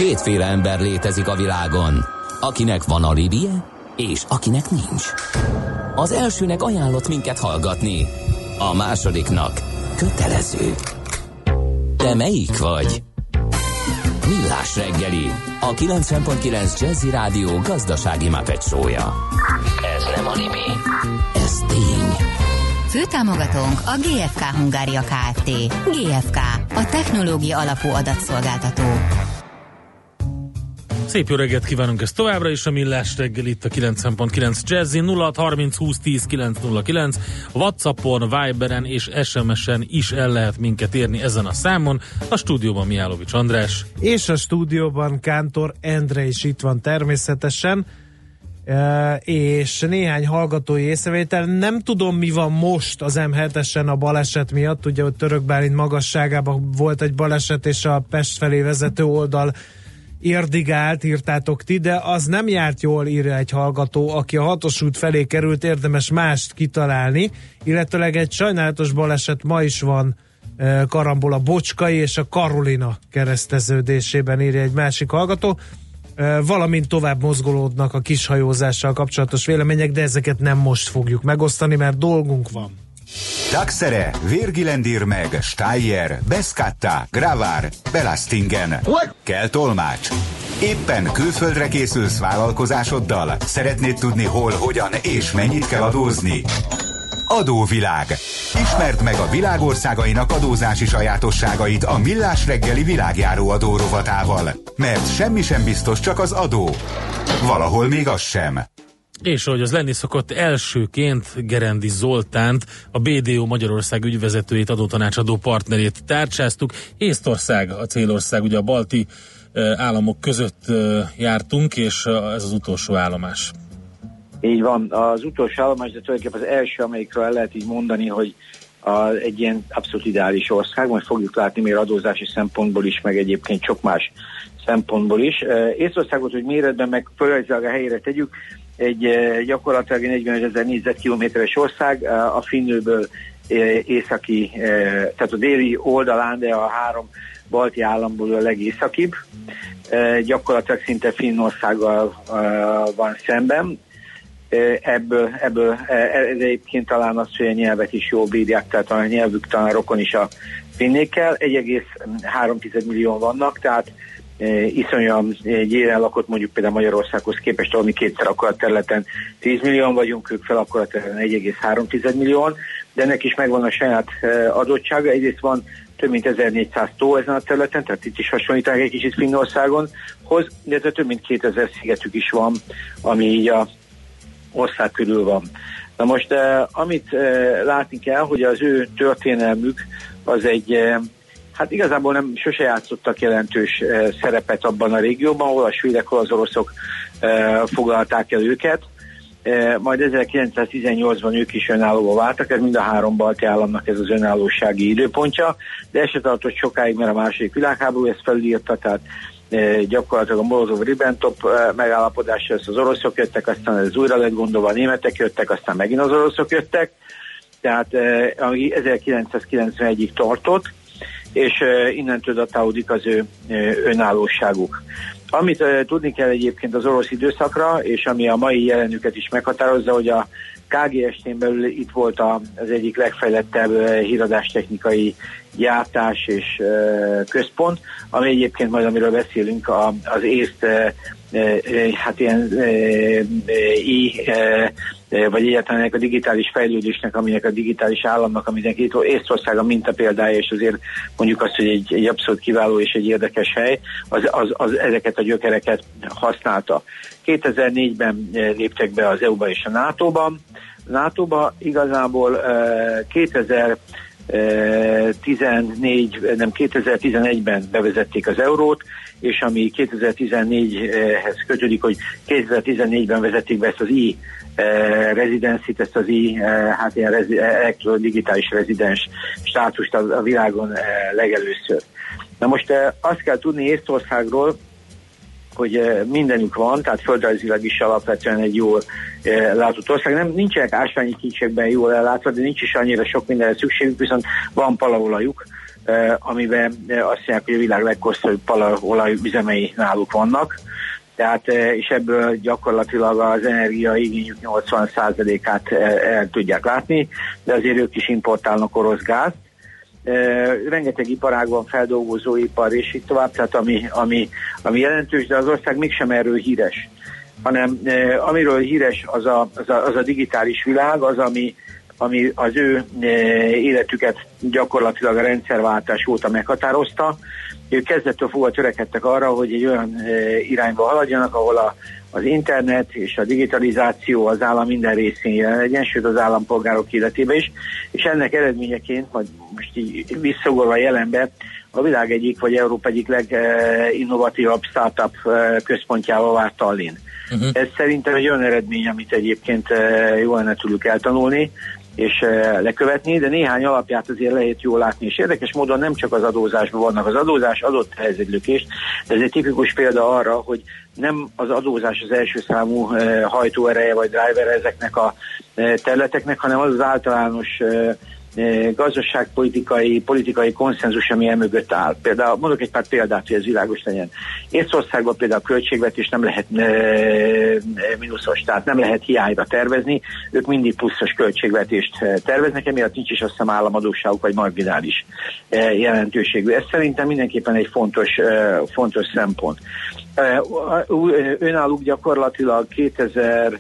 Kétféle ember létezik a világon, akinek van alibije, és akinek nincs. Az elsőnek ajánlott minket hallgatni, a másodiknak kötelező. Te melyik vagy? Millás reggeli, a 90.9 Jazzy Rádió gazdasági Muppet show-ja. Ez nem anime, ez tény. Főtámogatónk a GFK Hungária Kft. GFK, a technológia alapú adatszolgáltató. Szép jó reggelt kívánunk, ez továbbra is a Millás reggel itt a 90.9 Jazzy. 0630 20 10 909 WhatsAppon, Viberen és SMS-en is el lehet minket érni ezen a számon. A stúdióban Mihálovics András. És a stúdióban Kántor Endre is itt van természetesen. És néhány hallgatói észrevétel. Nem tudom, mi van most az M7-esen a baleset miatt. Ugye ott Török Bálint magasságában volt egy baleset, és a Pest felé vezető oldal érdigált, írtátok ti, de az nem járt jól, írja egy hallgató, aki a 6-os út felé került, érdemes mást kitalálni, illetőleg egy sajnálatos baleset ma is van Karambol a Bocskai és a Karolina kereszteződésében, írja egy másik hallgató, valamint tovább mozgolódnak a kishajózással kapcsolatos vélemények, de ezeket nem most fogjuk megosztani, mert dolgunk van. Taxere, Virgilendir meg, Steyer, Beskatta, Gravár, Belastingen. Kell tolmács. Éppen külföldre készülsz vállalkozásoddal? Szeretnéd tudni hol, hogyan és mennyit kell adózni? Adóvilág. Ismerd meg a világországainak adózási sajátosságait a Millás reggeli világjáró adó rovatával. Mert semmi sem biztos, csak az adó. Valahol még az sem. És ahogy az lenni szokott, elsőként Gerendi Zoltánt, a BDO Magyarország ügyvezetőjét, adótanácsadó partnerét tárcsáztuk. Észtország a célország, ugye a balti államok között jártunk, és ez az utolsó állomás. Így van, az utolsó állomás, de tulajdonképpen az első, amelyikről el lehet így mondani, hogy egy ilyen abszolút ideális ország, majd fogjuk látni még adózási szempontból is, meg egyébként sok más szempontból is. Észtországot, hogy méretben meg földrajzilag a helyére tegyük, egy gyakorlatilag 40 000 négyzetkilométeres ország, a Finnőből északi, tehát a déli oldalán, de a 3 balti államból a legészakibb. Gyakorlatilag szinte Finnországgal van szemben. Ebből egyébként talán az, hogy a nyelvet is jól bírják, tehát a nyelvük talán rokon is a finnékkel. 1,3 millió vannak, tehát iszonyan gyéren lakott, mondjuk például Magyarországhoz képest, ami kétszer akkora területen 10 millióan vagyunk, ők fel akkora területen 1,3 millióan, de ennek is megvan a saját adottsága. Egyrészt van több mint 1400 tó ezen a területen, tehát itt is hasonlítanak egy kicsit Finnországonhoz, illetve több mint 2000 szigetük is van, ami így a ország körül van. Na most, amit látni kell, hogy az ő történelmük az egy, hát igazából nem sose játszottak jelentős szerepet abban a régióban, ahol a svédek, hol az oroszok foglalták el őket. Majd 1918-ban ők is önállóvá váltak, ez mind a 3 balti államnak ez az önállósági időpontja, de ez se tartott sokáig, mert a második világháború ezt felírta, tehát gyakorlatilag a Molotov-Ribbentrop megállapodásra az oroszok jöttek, aztán ez újra lett gondolva, a németek jöttek, aztán megint az oroszok jöttek, tehát 1991-ig tartott, és innentől datálódik az ő önállóságuk. Amit tudni kell egyébként az orosz időszakra, és ami a mai jelenüket is meghatározza, hogy a KGST-n belül itt volt az egyik legfejlettebb híradástechnikai gyártás és központ, ami egyébként majd, amiről beszélünk, az észt hát ilyen vagy egyáltalán a digitális fejlődésnek, aminek a digitális államnak, aminek itt Észtország a mintapéldája, és azért mondjuk azt, hogy egy abszolút kiváló és egy érdekes hely, az ezeket a gyökereket használta. 2004-ben léptek be az EU-ba és a NATO-ba igazából 2011-ben bevezették az eurót, és ami 2014-hez kötődik, hogy 2014-ben vezették be ezt az e-residency-t, ezt az hát ilyen elektrodigitális rezidens státust a világon legelőször. Na most azt kell tudni Észtországról, hogy mindenük van, tehát földrajzilag is alapvetően egy jól látott ország. Nincsenek ásványi kincsekben jól ellátva, de nincs is annyira sok mindenre szükségük, viszont van palaolajuk, amiben azt mondják, hogy a világ leghosszabb palaolajüzemei náluk vannak. Tehát, és ebből gyakorlatilag az energiaigényük 80%-át el tudják látni, de azért ők is importálnak orosz gázt. Rengeteg iparág van, feldolgozóipar és így tovább, tehát ami jelentős, de az ország mégsem erről híres, hanem amiről híres az a digitális világ, az, ami az ő életüket gyakorlatilag a rendszerváltás óta meghatározta. Ők kezdettől fogva törekedtek arra, hogy egy olyan irányba haladjanak, ahol az internet és a digitalizáció az állam minden részén jelen legyen, sőt az állampolgárok életében is, és ennek eredményeként, majd most így visszagolva jelenbe, a világ egyik vagy Európa egyik leginnovatívabb startup központjával vált Tallinn. Ez szerintem egy olyan eredmény, amit egyébként jól lenne tudjuk eltanulni, és lekövetni, de néhány alapját azért lehet jól látni, és érdekes módon nem csak az adózásban vannak. Az adózás adott helyzetlökést, de ez egy tipikus példa arra, hogy nem az adózás az első számú hajtóereje vagy driver ezeknek a területeknek, hanem az általános gazdaságpolitikai konszenzus, ami emögött áll. Például mondok egy pár példát, hogy ez világos legyen. Észtországban például a költségvetés nem lehet mínuszos, tehát nem lehet hiányra tervezni, ők mindig pluszos költségvetést terveznek, emiatt nincs is azt hiszem államadósságuk vagy marginális jelentőségű. Ez szerintem mindenképpen egy fontos szempont. Önállók gyakorlatilag 2000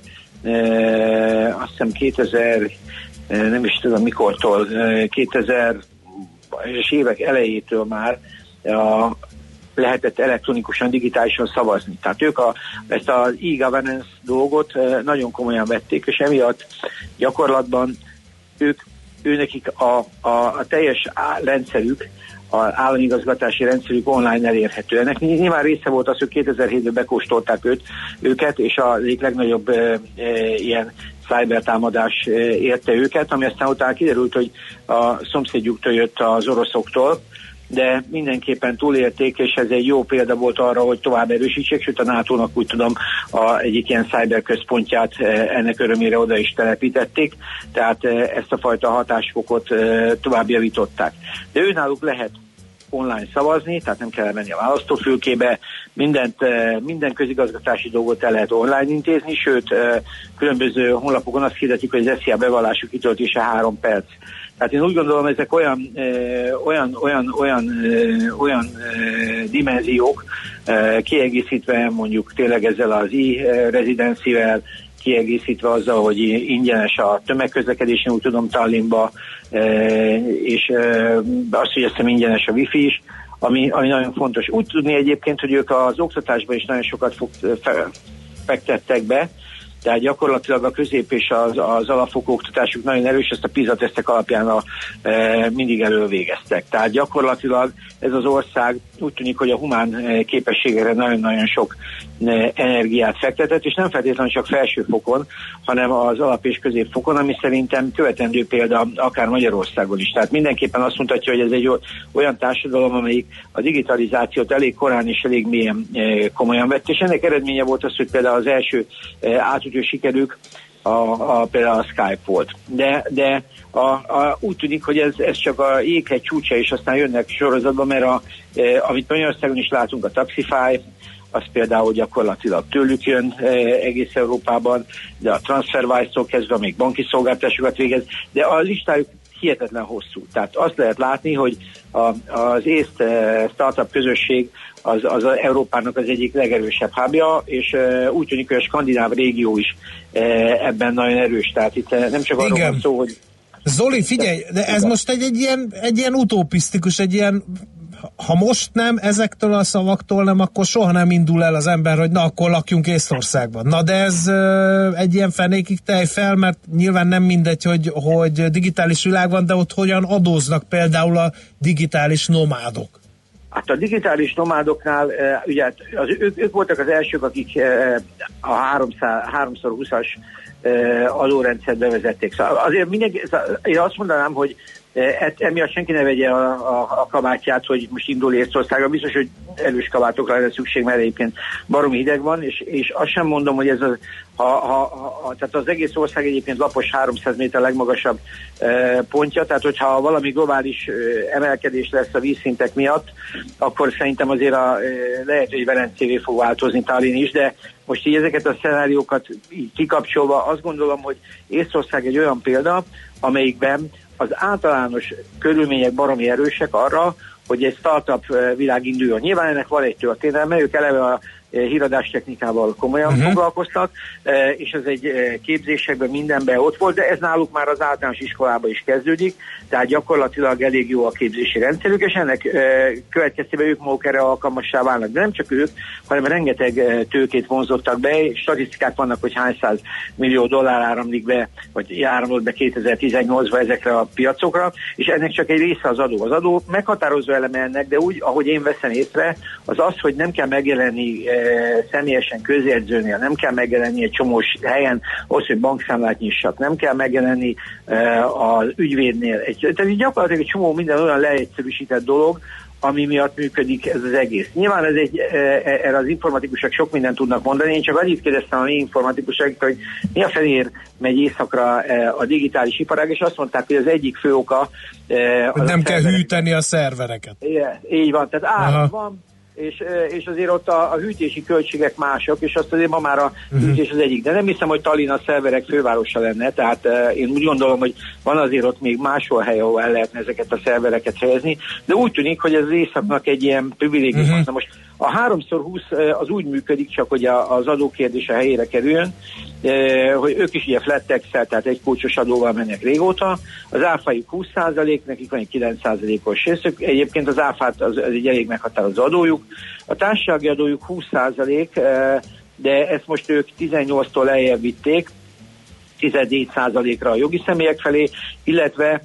nem is tudom mikortól, 2000-es évek elejétől már lehetett elektronikusan, digitálisan szavazni. Tehát ők ezt az e-governance dolgot nagyon komolyan vették, és emiatt gyakorlatban őnekik a teljes rendszerük, az államigazgatási rendszerük online elérhető. Ennek nyilván része volt az, hogy 2007-ben bekóstolták őket, és az egyik legnagyobb ilyen cybertámadás érte őket, ami aztán utána kiderült, hogy a szomszédjuktól jött az oroszoktól, de mindenképpen túlélték, és ez egy jó példa volt arra, hogy tovább erősítsék, sőt a NATO-nak úgy tudom egyik ilyen cyberközpontját ennek örömére oda is telepítették, tehát ezt a fajta hatásfokot tovább javították. De őnáluk lehet online szavazni, tehát nem kell menni a választófülkébe, minden közigazgatási dolgot el lehet online intézni, sőt, különböző honlapokon azt hirdetik, hogy az SZIA bevallásuk kitöltése 3 perc. Tehát én úgy gondolom, ezek olyan dimenziók, kiegészítve mondjuk tényleg ezzel az e-rezidencivel, kiegészítve azzal, hogy ingyenes a tömegközlekedés, úgy tudom Tallinnba, és azt, hogy azt hiszem ingyenes a wifi is, ami nagyon fontos. Úgy tudni egyébként, hogy ők az oktatásban is nagyon sokat fektettek be, tehát gyakorlatilag a közép és az alapfokú oktatásuk nagyon erős, ezt a PISA tesztek alapján mindig elölvégeztek. Tehát gyakorlatilag ez az ország úgy tűnik, hogy a humán képességekre nagyon-nagyon sok energiát fektetett, és nem feltétlenül csak felsőfokon, hanem az alap- és középfokon, ami szerintem követendő példa akár Magyarországon is. Tehát mindenképpen azt mutatja, hogy ez egy olyan társadalom, amelyik a digitalizációt elég korán és elég mélyen komolyan vett, és ennek eredménye volt az, hogy például az első átütő sikerük például a Skype volt. De úgy tűnik, hogy ez csak a jéghegy csúcsa, és aztán jönnek sorozatban, mert amit Magyarországon is látunk, a Taxify, az például gyakorlatilag tőlük jön egész Európában, de a TransferWise-tól kezdve még banki szolgáltatásokat végez, de a listájuk hihetetlen hosszú. Tehát azt lehet látni, hogy az észt startup közösség az Európának az egyik legerősebb hubja, és úgy tűnik, hogy a skandináv régió is ebben nagyon erős. Tehát itt nem csak arról van szó, hogy... Zoli, figyelj, de ez most egy ilyen utopisztikus, egy ilyen, ha most nem, ezektől a szavaktól nem, akkor soha nem indul el az ember, hogy na, akkor lakjunk Észtországban. Na, de ez egy ilyen fenékig fel, mert nyilván nem mindegy, hogy digitális világ van, de ott hogyan adóznak például a digitális nomádok? Hát a digitális nomádoknál, ugye ők voltak az elsők, akik a 3x20-as adórendszert bevezették. Szóval azért én azt mondanám, hogy Emiatt senki ne vegye a kabátját, hogy most indul Észtországra. Biztos, hogy erős kabátokra lenne szükség, mert egyébként baromi hideg van, és azt sem mondom, hogy ez tehát az egész ország egyébként lapos 300 méter legmagasabb pontja, tehát hogyha valami globális emelkedés lesz a vízszintek miatt, akkor szerintem azért lehet, hogy Velencévé fog változni Tallinn is, de most így ezeket a szenáriókat így kikapcsolva azt gondolom, hogy Észtország egy olyan példa, amelyikben az általános körülmények baromi erősek arra, hogy egy startup világ induljon. Nyilván ennek van egy történelme, ők eleve a híradás technikával komolyan foglalkoztak, és ez egy képzésekben mindenben ott volt, de ez náluk már az általános iskolában is kezdődik, tehát gyakorlatilag elég jó a képzési rendszerük, és ennek következtében ők maguk erre alkalmassá válnak. De nem csak ők, hanem rengeteg tőkét vonzottak be, statisztikák vannak, hogy hány $100 millió áramlik be, vagy áramlott be 2018-ban ezekre a piacokra, és ennek csak egy része az adó. Az adó meghatározó eleme ennek, de úgy, ahogy én veszem észre, az, hogy nem kell megjelenni személyesen közjegyzőnél, nem kell megjelenni egy csomós helyen, az, hogy bankszámlát nyissak, nem kell megjelenni az ügyvédnél. Tehát gyakorlatilag egy csomó minden olyan leegyszerűsített dolog, ami miatt működik ez az egész. Nyilván erre az informatikusok sok mindent tudnak mondani, én csak annyit kérdeztem a mi informatikusok, hogy mi a fenér megy északra a digitális iparág, és azt mondták, hogy az egyik fő oka... hogy nem kell hűteni a szervereket. Igen, így van, tehát áram van, és azért ott a hűtési költségek mások, és azt azért ma már a hűtés az egyik. De nem hiszem, hogy Tallinn a szerverek fővárosa lenne, tehát én úgy gondolom, hogy van azért ott még máshol hely, ahol el lehetne ezeket a szervereket helyezni, de úgy tűnik, hogy ez az északnak egy ilyen privilégium. Na most a 3x20 az úgy működik, csak hogy az adókérdés a helyére kerüljön, hogy ők is ugye flat tax-el, tehát egy kulcsos adóval mennek régóta. Az áfájuk 20%, nekik van egy 9%-os részük. Egyébként az áfát az egy elég meghatározó adójuk. A társasági adójuk 20%, de ezt most ők 18-tól lejjebb vitték, 14%-ra a jogi személyek felé, illetve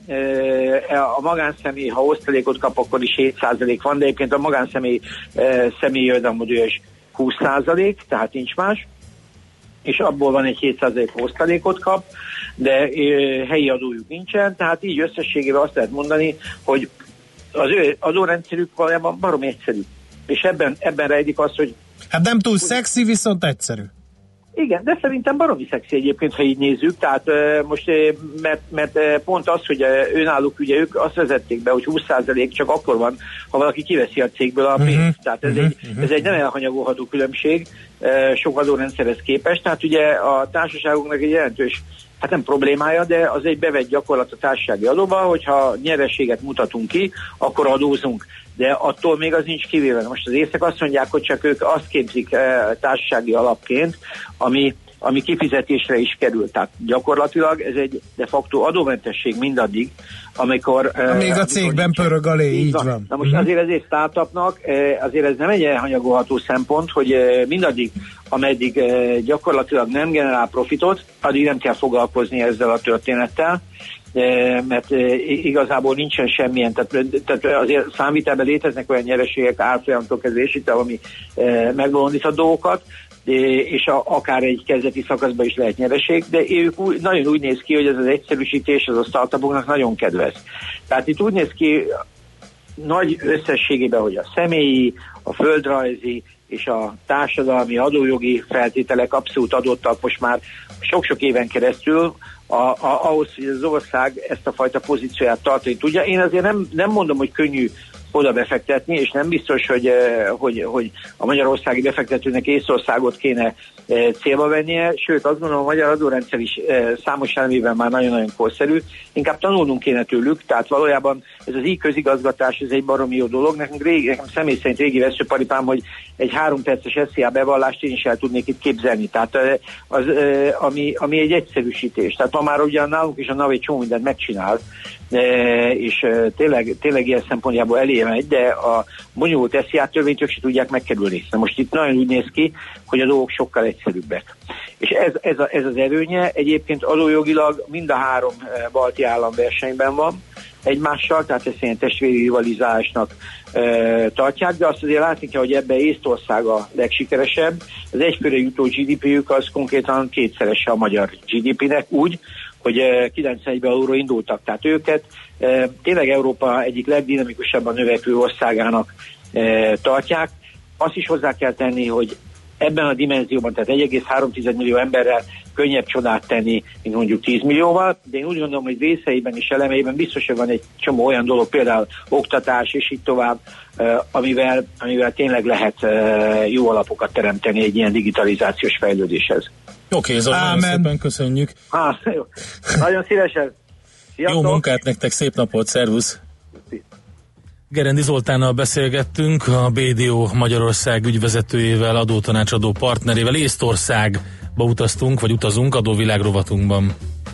a magánszemély, ha osztalékot kap, akkor is 7% van, de egyébként a magánszemély személyi jövedelmadója is 20%, tehát nincs más, és abból van egy 7% osztalékot kap, de helyi adójuk nincsen, tehát így összességében azt lehet mondani, hogy az ő adórendszerük valójában barom egyszerű. És ebben rejlik az, hogy... Hát nem túl szexi, viszont egyszerű. Igen, de szerintem baromi szexi egyébként, ha így nézzük, tehát most, mert pont az, hogy önállók, ugye ők azt vezették be, hogy 20% csak akkor van, ha valaki kiveszi a cégből a pénzt. Tehát ez egy nem elhanyagolható különbség sok adórendszerhez képest, tehát ugye a társaságoknak egy jelentős, hát nem problémája, de az egy bevett gyakorlat a társasági adóba, hogyha nyereséget mutatunk ki, akkor adózunk. De attól még az nincs kivéve. Most az észak azt mondják, hogy csak ők azt képzik társasági alapként, ami kifizetésre is kerül. Tehát gyakorlatilag ez egy de facto adómentesség mindaddig, amikor... Még a cégben pörög a lé, így van. Na most azért ezért startupnak, azért ez nem egy elhanyagolható szempont, hogy mindaddig, ameddig gyakorlatilag nem generál profitot, addig nem kell foglalkozni ezzel a történettel, mert igazából nincsen semmilyen, tehát azért számvitelben léteznek olyan nyereségek árfolyamtól kezdve, ami megbolondít dolgokat, és akár egy kezdeti szakaszban is lehet nyereség, de ők nagyon úgy néz ki, hogy ez az egyszerűsítés az a startupoknak nagyon kedves. Tehát itt úgy néz ki nagy összességében, hogy a személyi, a földrajzi és a társadalmi adójogi feltételek abszolút adottak most már sok-sok éven keresztül, ahhoz, hogy az ország ezt a fajta pozícióját tartani tudja. Én azért nem mondom, hogy könnyű oda befektetni, és nem biztos, hogy a magyarországi befektetőnek Észországot kéne célba vennie, sőt azt gondolom, a magyar adórendszer is számos elemében már nagyon-nagyon korszerű, inkább tanulnunk kéne tőlük, tehát valójában ez az így-közigazgatás, ez egy baromi jó dolog. Nekem személy szerint régi veszőparipám, hogy egy 3 perces SZIA bevallást én is el tudnék itt képzelni, tehát ami egy egyszerűsítés. Tehát ma már ugye nálunk is a NAV egy csomó mindent megcsinál, és tényleg ilyen szempontjából elé megy, de a bonyolult SZIA törvényt ők se tudják megkerülni. Na most itt nagyon úgy néz ki, hogy a dolgok sokkal egyszerűbbek. És ez az erőnye, egyébként adójogilag mind a 3 balti állam versenyben van egymással, tehát ezt ilyen testvéri rivalizálásnak tartják, de azt azért látni kell, hogy ebben Észtország a legsikeresebb. Az egyfőre jutó GDP-jük az konkrétan 2-szerese a magyar GDP-nek úgy, hogy 91-ben alulról indultak. Tehát őket tényleg Európa egyik legdinamikusabban növekvő országának tartják. Azt is hozzá kell tenni, hogy ebben a dimenzióban, tehát 1,3 millió emberrel könnyebb csodát tenni, mint mondjuk 10 millióval, de én úgy gondolom, hogy részeiben és elemeiben biztos, hogy van egy csomó olyan dolog, például oktatás és így tovább, amivel tényleg lehet jó alapokat teremteni egy ilyen digitalizációs fejlődéshez. Oké, Zoli, nagyon szépen köszönjük. Jó. Nagyon szívesen. Sziasztok. Jó munkát nektek, szép napot, szervusz! Gerendi Zoltánnal beszélgettünk, a BDO Magyarország ügyvezetőjével, adótanácsadó partnerével. Észtországba utaztunk, vagy utazunk adóvilág rovatunkban.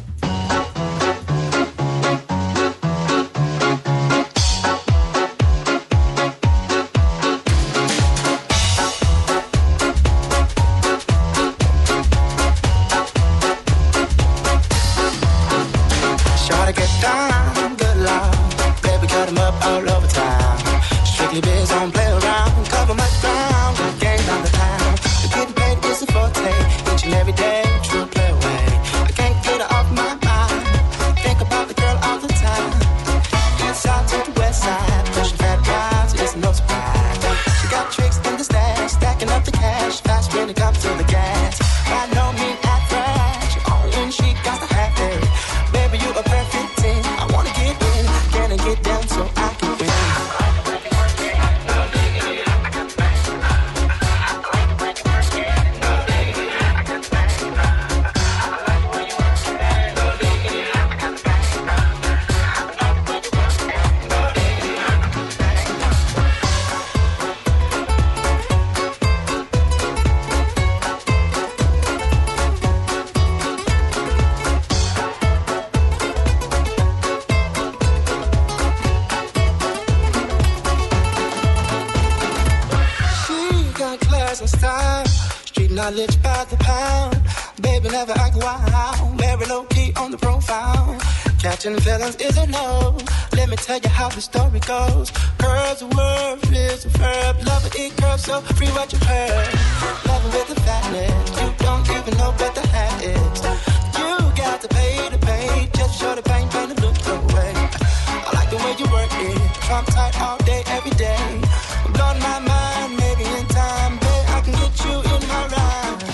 Knowledge by the pound, baby never act wild, very low key on the profile. Catching feelings is a no. Let me tell you how the story goes. Curves, a word, is a verb. Love it, it curves, so free what you heard. Love it with the fatness. You don't even know what the hat is. You got to pay, just show the pain to look away. I like the way you work it, Trump tight all day, every day. I'm blowing my mind, maybe in time, babe, I can get you in my ride.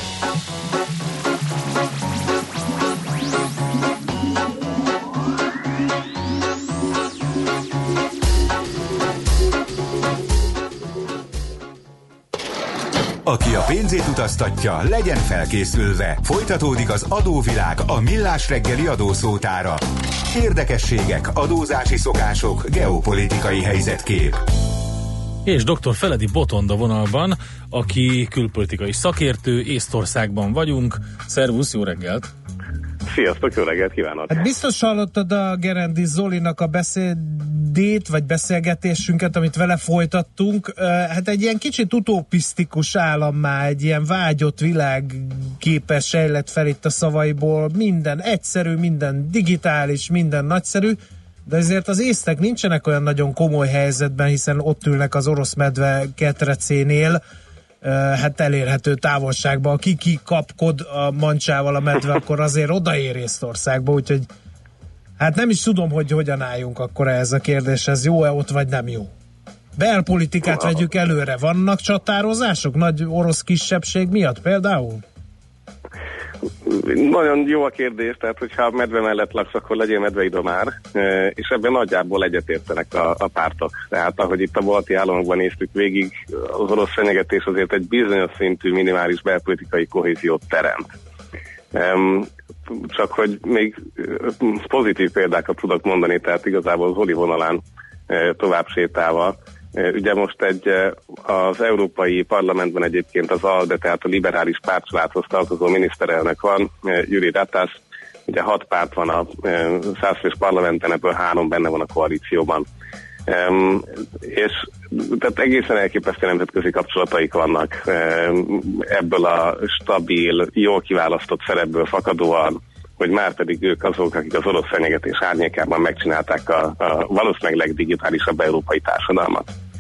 Aki a pénzét utaztatja, legyen felkészülve. Folytatódik az adóvilág, a millás reggeli adószótára. Érdekességek, adózási szokások, geopolitikai helyzetkép. És dr. Feledi Botond a vonalban, aki külpolitikai szakértő, Észtországban vagyunk. Szervusz, jó reggelt! Sziasztok, jó reggelt kívánok! Hát biztos hallottad a Gerendi Zolinak a beszédét, vagy beszélgetésünket, amit vele folytattunk. Hát egy ilyen kicsit utopisztikus állammá, egy ilyen vágyott világképes sejlett fel itt a szavaiból. Minden egyszerű, minden digitális, minden nagyszerű, de ezért az észtek nincsenek olyan nagyon komoly helyzetben, hiszen ott ülnek az orosz medve ketrecénél, hát elérhető távolságban. Ki kapkod a mancsával a medve, akkor azért odaér Észtországba, úgyhogy hát nem is tudom, hogy hogyan álljunk akkor ez a kérdéshez. Jó-e ott, vagy nem jó? Belpolitikát vegyük előre. Vannak csatározások nagy orosz kisebbség miatt például? Nagyon jó a kérdés, tehát hogyha medve mellett laksz, akkor legyél medveidomár, és ebben nagyjából egyetértenek a pártok. Tehát ahogy itt a balti államokban néztük végig, az orosz fenyegetés azért egy bizonyos szintű minimális belpolitikai kohéziót teremt. Csak hogy még pozitív példákat tudok mondani, tehát igazából Zoli vonalán tovább sétálva. Ugye most az Európai Parlamentben egyébként az ALDE, tehát a liberális pártcsaládhoz tartozó miniszterelnök van, Jüri Ratas, ugye 6 párt van a 100-fős parlamenten, ebből 3 benne van a koalícióban. És tehát egészen elképesztő nemzetközi kapcsolataik vannak ebből a stabil, jól kiválasztott szerepből fakadóan, hogy már pedig ők azok, akik az orosz fenyegetés árnyékában megcsinálták a valószínűleg legdigitálisabb európai társadalmat.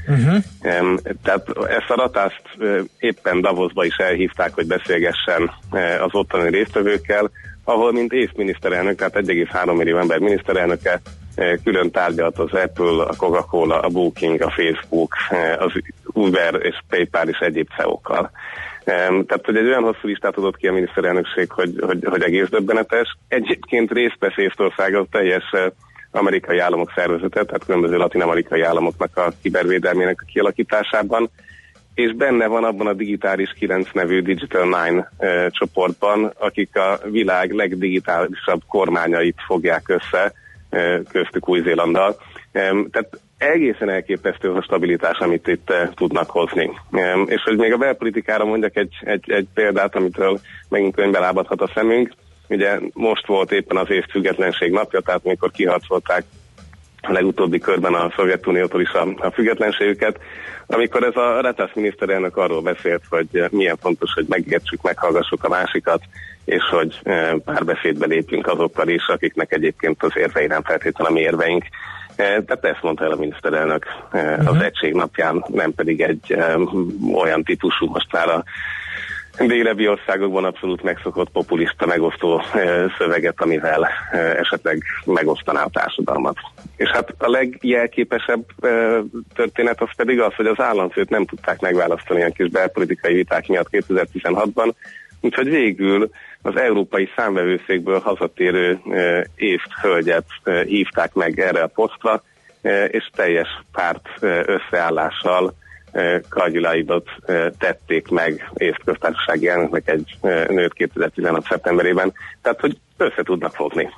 Tehát ezt a ratászt éppen Davosba is elhívták, hogy beszélgessen az ottani résztvevőkkel, ahol mint észminiszterelnök, tehát 1,3 millió ember miniszterelnöke külön tárgyalt az Apple, a Coca-Cola, a Booking, a Facebook, az Uber és PayPal és egyéb CEO-kkal. Tehát, hogy egy olyan hosszú listát adott ki a miniszterelnökség, hogy egész döbbenetes. Egyébként részt vesz Észtország a teljes amerikai államok szervezete, tehát különböző latin-amerikai államoknak a kibervédelmének a kialakításában, és benne van abban a Digitális 9 nevű Digital 9 csoportban, akik a világ legdigitálisabb kormányait fogják össze, köztük Új-Zélanddal. Tehát egészen elképesztő a stabilitás, amit itt tudnak hozni. És hogy még a belpolitikára mondjak egy példát, amitől megint könyvbe lábadhat a szemünk. Ugye most volt éppen az észt függetlenség napja, tehát amikor kiharcolták a legutóbbi körben a Szovjetuniótól is a függetlenségüket, amikor ez a Ratas miniszterelnök arról beszélt, hogy milyen fontos, hogy megértsük, meghallgassuk a másikat, és hogy párbeszédbe lépjünk azokkal is, akiknek egyébként az érvei nem feltétlenül a mi érveink. Tehát ezt mondta el a miniszterelnök az egység napján, nem pedig egy olyan típusú, most már a délebbi országokban abszolút megszokott populista, megosztó szöveget, amivel esetleg megosztaná a társadalmat. És hát a legjelképesebb történet az pedig az, hogy az államfőt nem tudták megválasztani ilyen kis belpolitikai viták miatt 2016-ban, úgyhogy végül az Európai Számvevőszékből hazatérő észt hölgyet hívták meg erre a posztra, és teljes párt összeállással Kagyulaidot tették meg észt köztársasági elnöknek egy nőt 2016. szeptemberében. Tehát, hogy össze tudnak fogni.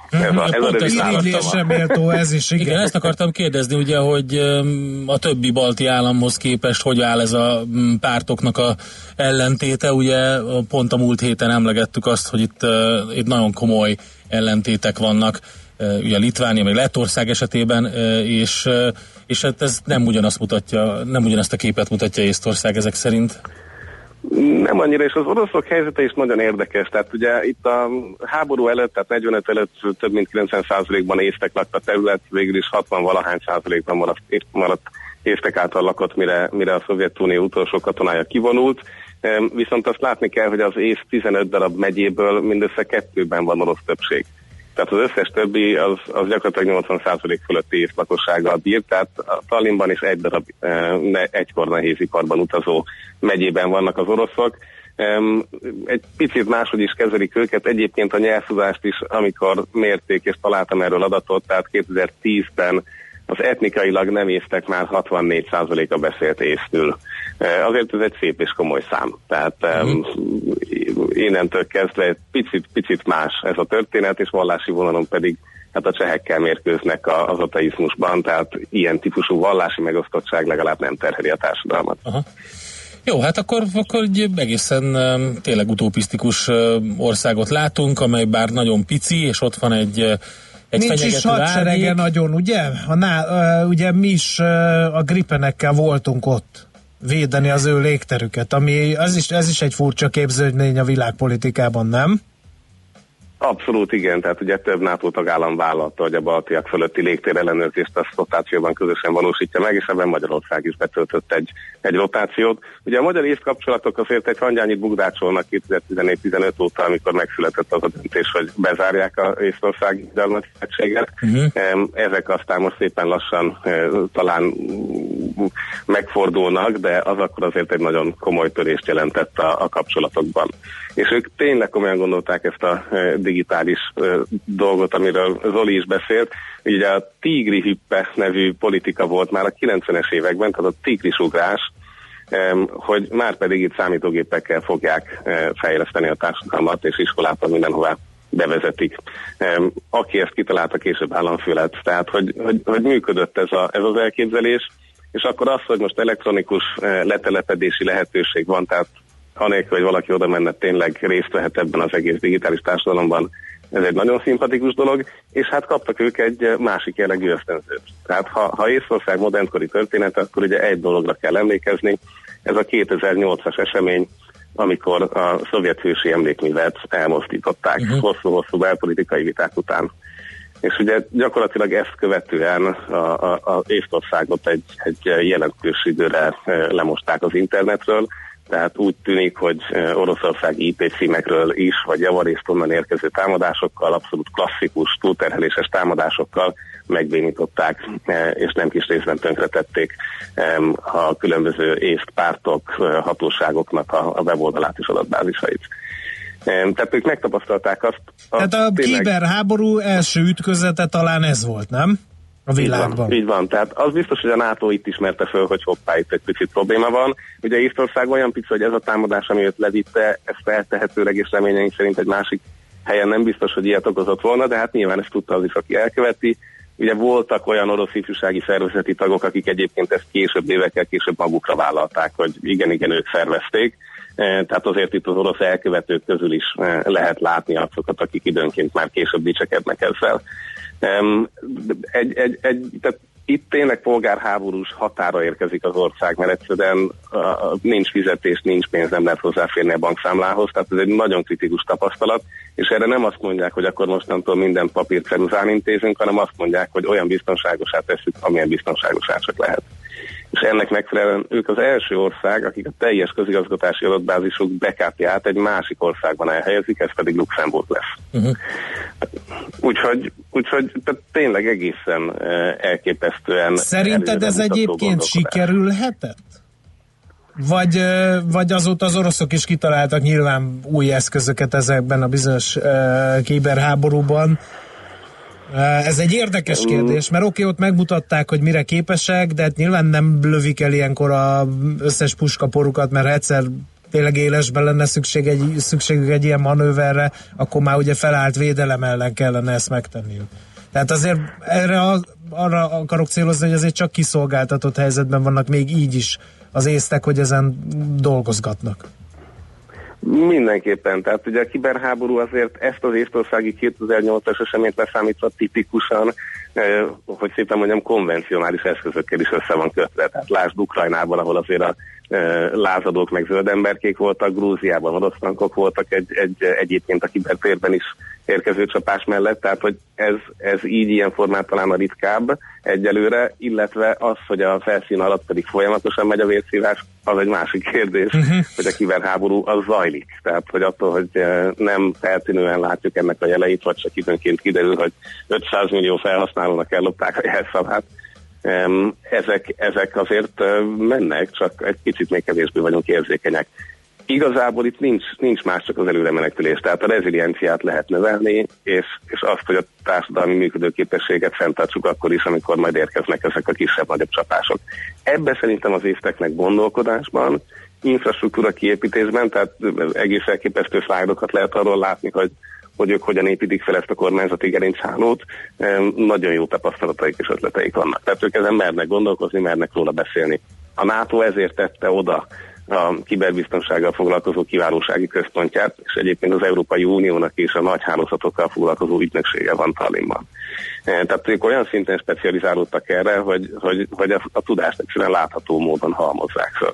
Ez is, igen. Ezt akartam kérdezni, ugye, hogy a többi balti államhoz képest hogy áll ez a pártoknak a ellentéte. Ugye pont a múlt héten emlegettük azt, hogy itt nagyon komoly ellentétek vannak, ugye Litvánia, meg Lettország esetében, és hát ez nem ugyanazt a képet mutatja Észtország ezek szerint. Nem annyira, és az oroszok helyzete is nagyon érdekes. Tehát ugye itt a háború előtt, tehát 45 előtt több mint 90%-ban észtek lakta terület, végül is 60-valahány százalékban maradt észtek által lakott, mire a Szovjetunió utolsó katonája kivonult. Viszont azt látni kell, hogy az ész 15 darab megyéből mindössze 2-ben van orosz többség. Tehát az összes többi az gyakorlatilag 80% fölötti ész lakossággal bír, tehát a Tallinnban is egy darab egykor nehéziparban utazó megyében vannak az oroszok. Egy picit máshogy is kezelik őket, egyébként a nyelvtudást is, amikor mérték és találtam erről adatot, tehát 2010-ben az etnikailag nem észtek már 64%-a beszélt észtül. Azért ez egy szép és komoly szám. Tehát innentől kezdve picit más ez a történet, és vallási vonalon pedig hát a csehekkel mérkőznek az ateizmusban, tehát ilyen típusú vallási megosztottság legalább nem terheli a társadalmat. Aha. Jó, hát akkor egy egészen tényleg utopisztikus országot látunk, amely bár nagyon pici, és ott van egy nincs is hadserege nagyon, ugye? Ugye mi is a Gripenekkel voltunk ott védeni az ő légterüket, ami ez is egy furcsa képződmény a világpolitikában, nem? Abszolút igen, tehát ugye több NATO tagállam vállalta, hogy a baltiak fölötti légtérellenőrzést a rotációban közösen valósítja meg, és ebben Magyarország is betöltött egy rotációt. Ugye a magyar-észt kapcsolatok azért egy hangyányit bugdácsolnak 2014-15 óta, amikor megszületett az a döntés, hogy bezárják az észtországi gyarmategységet. Ezek aztán most szépen lassan talán megfordulnak, de az akkor azért egy nagyon komoly törést jelentett a kapcsolatokban. És ők tényleg komolyan gondolták ezt a digitális dolgot, amiről Zoli is beszélt. Ugye a tigri hüppe nevű politika volt már a 90-es években, tehát a tigrisugrás, hogy már pedig itt számítógépekkel fogják fejleszteni a társadalmat, és iskolában mindenhová bevezetik. Aki ezt kitalálta, később államfő lett. Tehát, hogy működött ez az elképzelés, és akkor az, hogy most elektronikus letelepedési lehetőség van, tehát anélkül, hogy valaki oda menne, tényleg részt vehet ebben az egész digitális társadalomban, ez egy nagyon szimpatikus dolog, és hát kaptak ők egy másik jellegű ösztönzőt. Tehát ha Észtország modernkori története, akkor ugye egy dologra kell emlékezni, ez a 2008-as esemény, amikor a szovjet hősi emlékművet elmozdították hosszú-hosszú belpolitikai viták után. És ugye gyakorlatilag ezt követően az Észtországot egy jelentős időre lemosták az internetről, tehát úgy tűnik, hogy Oroszország IP címekről is, vagy javarészt onnan érkező támadásokkal, abszolút klasszikus, túlterheléses támadásokkal megbénították, és nem kis részben tönkretették a különböző észt pártok, hatóságoknak a weboldalát és adatbázisait. Tehát ők megtapasztalták azt. Tehát a kiberháború első ütközete talán ez volt, nem? A világban. Így van. Tehát az biztos, hogy a NATO itt ismerte föl, hogy hoppá, itt egy picit probléma van. Ugye Észtország olyan pici, hogy ez a támadás, ami őt levitte, ez feltehetőleg és reményeink szerint egy másik helyen nem biztos, hogy ilyet okozott volna, de hát nyilván ezt tudta az is, aki elköveti. Ugye voltak olyan orosz ifjúsági szervezeti tagok, akik egyébként ezt évekkel később magukra vállalták, hogy igen, ők szervezték. Tehát azért itt az orosz elkövetők közül is lehet látni azokat, akik időnként már később dicsekednek ezzel. Tehát itt tényleg polgárháborús határa érkezik az ország, mert egyszerűen nincs fizetés, nincs pénz, nem lehet hozzáférni a bankszámlához, tehát ez egy nagyon kritikus tapasztalat, és erre nem azt mondják, hogy akkor mostantól minden papírt ceruzán intézünk, hanem azt mondják, hogy olyan biztonságosá tesszük, amilyen biztonságosá csak lehet. És ennek megfelelően ők az első ország, akik a teljes közigazgatási adatbázisuk backupját egy másik országban elhelyezik, ez pedig Luxemburg lesz. Úgyhogy tehát tényleg egészen elképesztően... Szerinted ez egyébként sikerülhetett? Vagy azóta az oroszok is kitaláltak nyilván új eszközöket ezekben a bizonyos kiberháborúban? Ez egy érdekes kérdés, mert ott megmutatták, hogy mire képesek, de hát nyilván nem lövik el ilyenkor az összes puskaporukat, mert egyszer tényleg élesben lenne szükségük egy ilyen manőverre, akkor már ugye felállt védelem ellen kellene ezt megtenniük. Tehát azért arra akarok célozni, hogy azért csak kiszolgáltatott helyzetben vannak még így is az észtek, hogy ezen dolgozgatnak. Mindenképpen, tehát ugye a kiberháború azért ezt az észtországi 2008-as eseményt leszámítva tipikusan, hogy szépen mondjam, konvencionális eszközökkel is össze van kötve. Tehát lásd Ukrajnában, ahol azért a lázadók meg zöldemberkék voltak, Grúziában orosz tankok voltak egyébként a kibertérben is érkező csapás mellett, tehát hogy ez így ilyen formát talán a ritkább egyelőre, illetve az, hogy a felszín alatt pedig folyamatosan megy a vérszívás, az egy másik kérdés, hogy a kiberháború az zajlik. Tehát, hogy attól, hogy nem feltűnően látjuk ennek a jeleit, vagy csak időnként kiderül, hogy 500 millió felhasználónak ellopták a jelszavát. Ezek azért mennek, csak egy kicsit még kevésbé vagyunk érzékenyek. Igazából itt nincs más, csak az előre menekülés. Tehát a rezilienciát lehet növelni, és azt, hogy a társadalmi működőképességet fenntartsuk akkor is, amikor majd érkeznek ezek a kisebb-nagyobb csapások. Ebben szerintem az észteknek gondolkodásban, infrastruktúra kiépítésben, tehát egész elképesztő szlájdokat lehet arról látni, hogy ők hogyan építik fel ezt a kormányzati gerinchálót, nagyon jó tapasztalataik és ötleteik vannak. Tehát ők ezen mernek gondolkozni, mernek róla beszélni. A NATO ezért tette oda a kiberbiztonsággal foglalkozó kiválósági központját, és egyébként az Európai Uniónak is a nagy hálózatokkal foglalkozó ügynöksége van Tallinnban. Tehát ők olyan szinten specializálódtak erre, hogy a tudást egyszerűen látható módon halmozzák föl.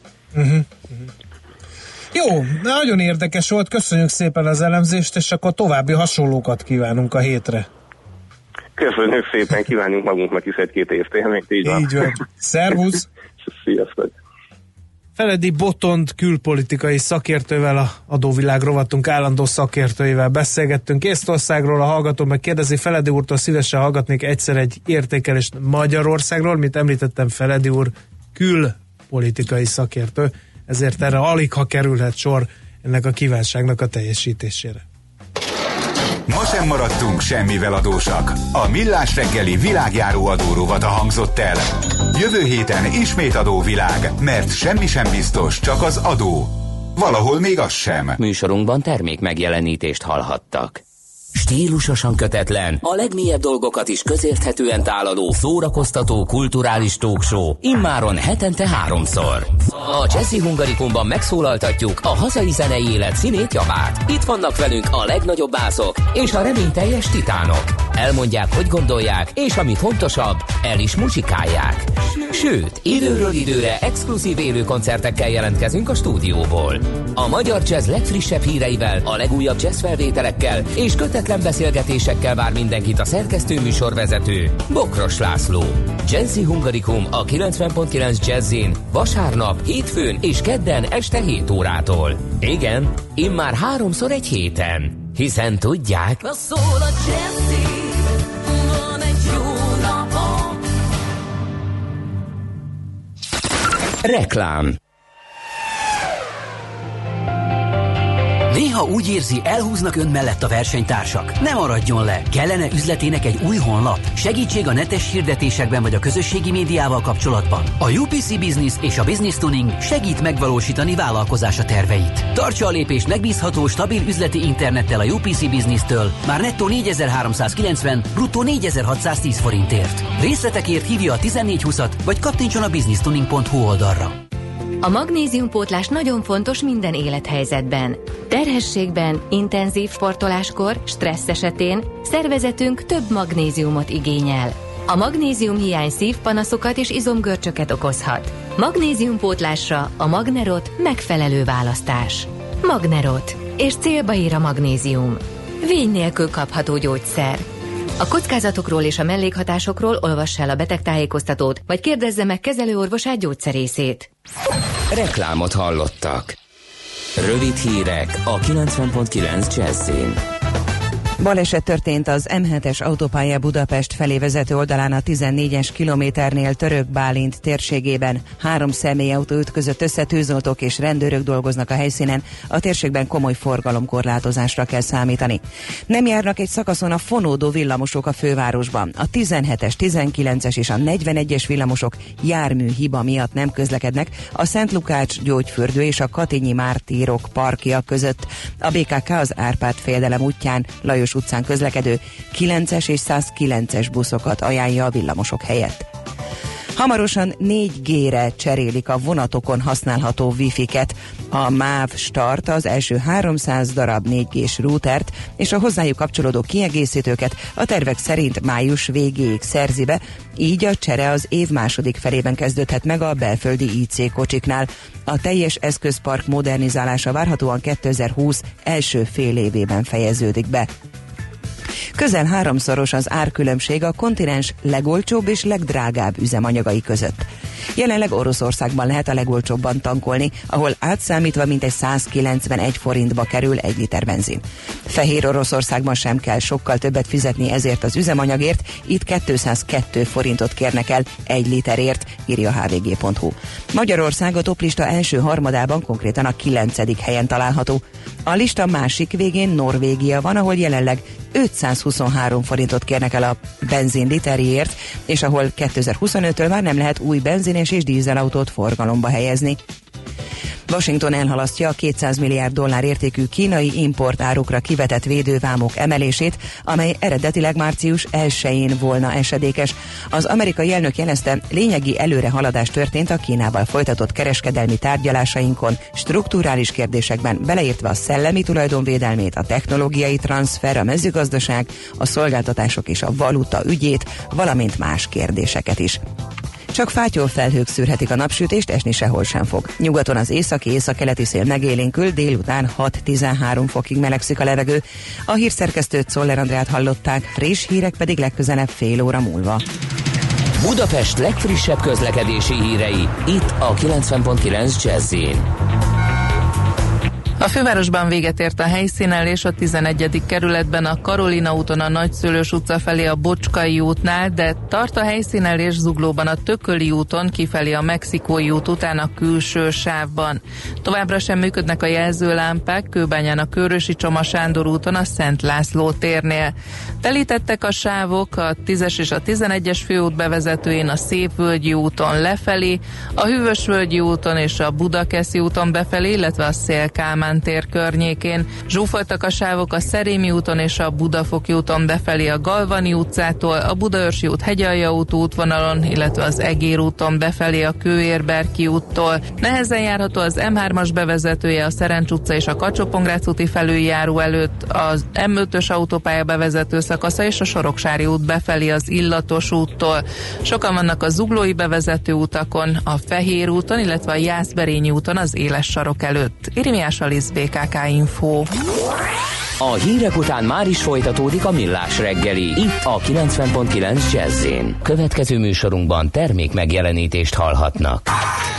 Jó, nagyon érdekes volt, köszönjük szépen az elemzést, és akkor további hasonlókat kívánunk a hétre. Köszönjük szépen, kívánjunk magunknak is egy-két évtélményt, így van. Így van. Szervusz! Sziasztok! Feledi Botond külpolitikai szakértővel, a Adóvilág rovatunk állandó szakértőivel beszélgettünk. Észtországról a hallgató meg kérdezi, Feledi úrtól szívesen hallgatnék egyszer egy értékelést Magyarországról, mint említettem, Feledi úr külpolitikai szakértő, ezért erre alig ha kerülhet sor ennek a kívánságnak a teljesítésére. Ma sem maradtunk semmivel adósak. A Millás reggeli világjáró adórovat hangzott el. Jövő héten ismét adóvilág, mert semmi sem biztos, csak az adó. Valahol még az sem. Műsorunkban termék megjelenítést hallhattak. Stílusosan kötetlen, a legmélyebb dolgokat is közérthetően tálaló, szórakoztató, kulturális talkshow, immáron hetente 3-szor. A Jazzy Hungarikumban megszólaltatjuk a hazai zenei élet színét, javát. Itt vannak velünk a legnagyobb bászok és a reményteljes titánok. Elmondják, hogy gondolják, és ami fontosabb, el is muzsikálják. Sőt, időről időre exkluzív élő koncertekkel jelentkezünk a stúdióból. A magyar jazz legfrissebb híreivel, a legújabb jazz felvételekkel és kötetlen kellemesebb beszélgetésekkel vár mindenkit a szerkesztő műsorvezető, Bokros László. Jazzy Hungarikum a 90.9 Jazzin vasárnap, hétfőn és kedden este 7 órától. Igen, immár 3-szor egy héten. Hiszen tudják... Szól a Jazzy, van egy jó napom. Reklám. Néha úgy érzi, elhúznak ön mellett a versenytársak. Ne maradjon le! Kellene üzletének egy új honlap? Segítség a netes hirdetésekben vagy a közösségi médiával kapcsolatban? A UPC Business és a Business Tuning segít megvalósítani vállalkozása terveit. Tartsa a lépést megbízható, stabil üzleti internettel a UPC Business-től, már nettó 4390, bruttó 4610 forintért. Részletekért hívja a 1420-at, vagy kattintson a businesstuning.hu oldalra. A magnéziumpótlás nagyon fontos minden élethelyzetben. Terhességben, intenzív sportoláskor, stressz esetén szervezetünk több magnéziumot igényel. A magnéziumhiány szívpanaszokat és izomgörcsöket okozhat. Magnéziumpótlásra a Magnerot megfelelő választás. Magnerot. És célba ír a magnézium. Vény nélkül kapható gyógyszer. A kockázatokról és a mellékhatásokról olvassa el a betegtájékoztatót, vagy kérdezze meg kezelőorvosát, gyógyszerészét. Reklámot hallottak. Rövid hírek a 90.9 Jazzin. Baleset történt az M7-es autópálya Budapest felé vezető oldalán a 14-es kilométernél Török Bálint térségében. 3 személyautó ütközött össze, tűzoltók és rendőrök dolgoznak a helyszínen. A térségben komoly forgalomkorlátozásra kell számítani. Nem járnak egy szakaszon a fonódó villamosok a fővárosban. A 17-es, 19-es és a 41-es villamosok járműhiba miatt nem közlekednek a Szent Lukács gyógyfürdő és a Katinyi Mártírok parkja között. A BKK az Árpád-féledelem útján Lajos utcán közlekedő 9-es és 109-es buszokat ajánlja a villamosok helyett. Hamarosan 4G-re cserélik a vonatokon használható Wi-Fi-ket. A MÁV Start az első 300 darab 4G-s routert és a hozzájuk kapcsolódó kiegészítőket a tervek szerint május végéig szerzi be, így a csere az év második felében kezdődhet meg a belföldi IC kocsiknál. A teljes eszközpark modernizálása várhatóan 2020 első fél évében fejeződik be. Közel 3-szoros az árkülönbség a kontinens legolcsóbb és legdrágább üzemanyagai között. Jelenleg Oroszországban lehet a legolcsóbban tankolni, ahol átszámítva mintegy 191 forintba kerül 1 liter benzin. Fehér Oroszországban sem kell sokkal többet fizetni ezért az üzemanyagért, itt 202 forintot kérnek el 1 literért, írja hvg.hu. Magyarország a toplista első harmadában, konkrétan a 9. helyen található. A lista másik végén Norvégia van, ahol jelenleg 523 forintot kérnek el a benzin literjéért, és ahol 2025-től már nem lehet új benzines és dízelautót forgalomba helyezni. Washington elhalasztja a $200 milliárd értékű kínai importárukra kivetett védővámok emelését, amely eredetileg március 1-én volna esedékes. Az amerikai elnök jelezte, lényegi előrehaladás történt a Kínával folytatott kereskedelmi tárgyalásainkon, strukturális kérdésekben, beleértve a szellemi tulajdonvédelmét, a technológiai transfer, a mezőgazdaság, a szolgáltatások és a valuta ügyét, valamint más kérdéseket is. Csak fátyolfelhők szűrhetik a napsütést, esni sehol sem fog. Nyugaton az északi-északkeleti szél megélénkül, délután 6-13 fokig melegszik a levegő. A hírszerkesztőt, Czoller Andrát hallották, friss hírek pedig legközelebb fél óra múlva. Budapest legfrissebb közlekedési hírei, itt a 90.9 Jazzin. A fővárosban véget ért a helyszínelés a 11. kerületben a Karolina úton a Nagyszőlős utca felé a Bocskai útnál, de tart a helyszínelés Zuglóban a Tököli úton kifelé a Mexikói út után a külső sávban. Továbbra sem működnek a jelzőlámpák Kőbányán a Körösi Csoma Sándor úton a Szent László térnél. Telítettek a sávok a 10-es és a 11-es főút bevezetőjén a Szépvölgyi úton lefelé, a Hűvösvölgyi úton és a Budakeszi úton befelé, illetve a Széll-Kálmán tér környékén. Zsúfoltak a sávok a Szerémi úton és a Budafoki úton befelé a Galvani utcától, a Budaörsi út Hegyalja út útvonalon, illetve az Egér úton befelé a Kőérberki úttól. Nehezen járható az M3-as bevezetője a Szerencs utca és a Kacsó-Pongrác úti felüljáró előtt, az M5-ös autópálya bevezető szakasza és a Soroksári út befelé az Illatos úttól. Sokan vannak a zuglói bevezető utakon, a Fehér úton, illetve a Jászberényi úton az Éles sarok előtt. Irimiás Alisz, BKK Info. A hírek után már is folytatódik a Millás reggeli, itt a 90.9 Jazz-én. Következő műsorunkban termék megjelenítést hallhatnak.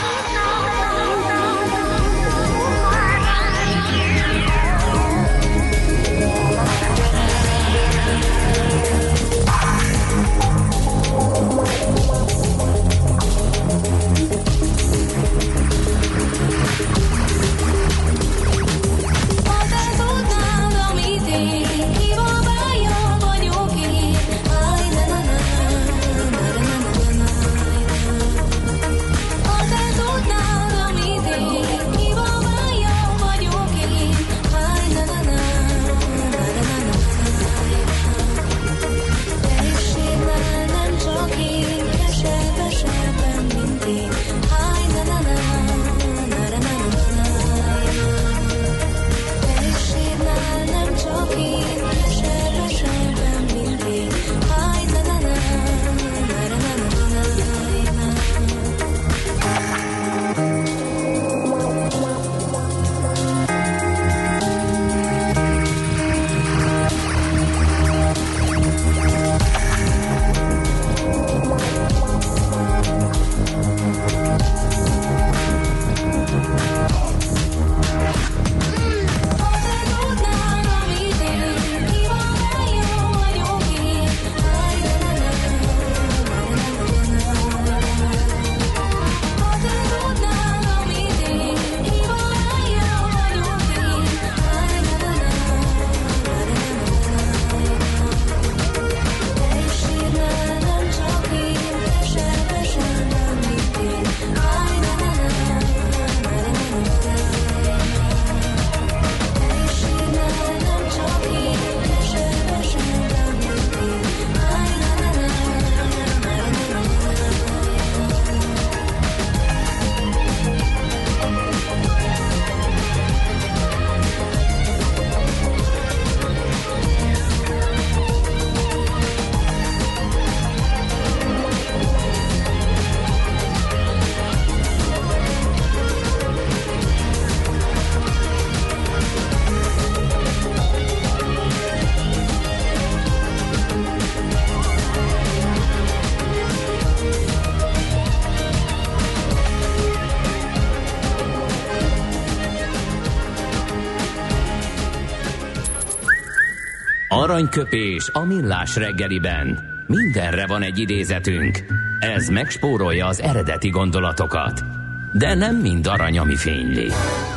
Aranyköpés a Millás reggeliben. Mindenre van egy idézetünk. Ez megspórolja az eredeti gondolatokat. De nem mind arany, ami fényli.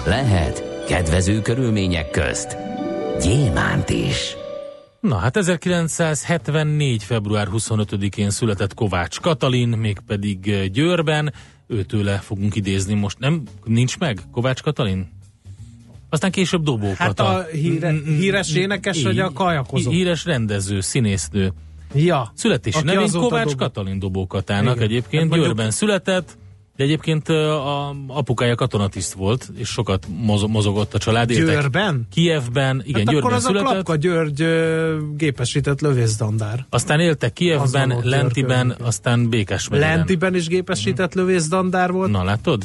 Lehet kedvező körülmények közt gyémánt is. Na hát 1974. február 25-én született Kovács Katalin, mégpedig Győrben. Őtőle fogunk idézni most. Nem, nincs meg Kovács Katalin? Aztán később Dobó Hát Kata. a híres énekes, vagy a kajakozó? Híres rendező, színésznő. Ja. Születési nevén Kovács Katalin Dobó Katának. Igen. Egyébként hát Győrben született, de egyébként a apukája katonatiszt volt, és sokat mozogott a család. Győrben? Kijevben, igen, hát Győrben akkor született. Az a Klapka György gépesített lövészdandár. Aztán éltek Kijevben, Lentiben, aztán Békásmegyeren. Lentiben is gépesített lövészdandár volt. Na, látod?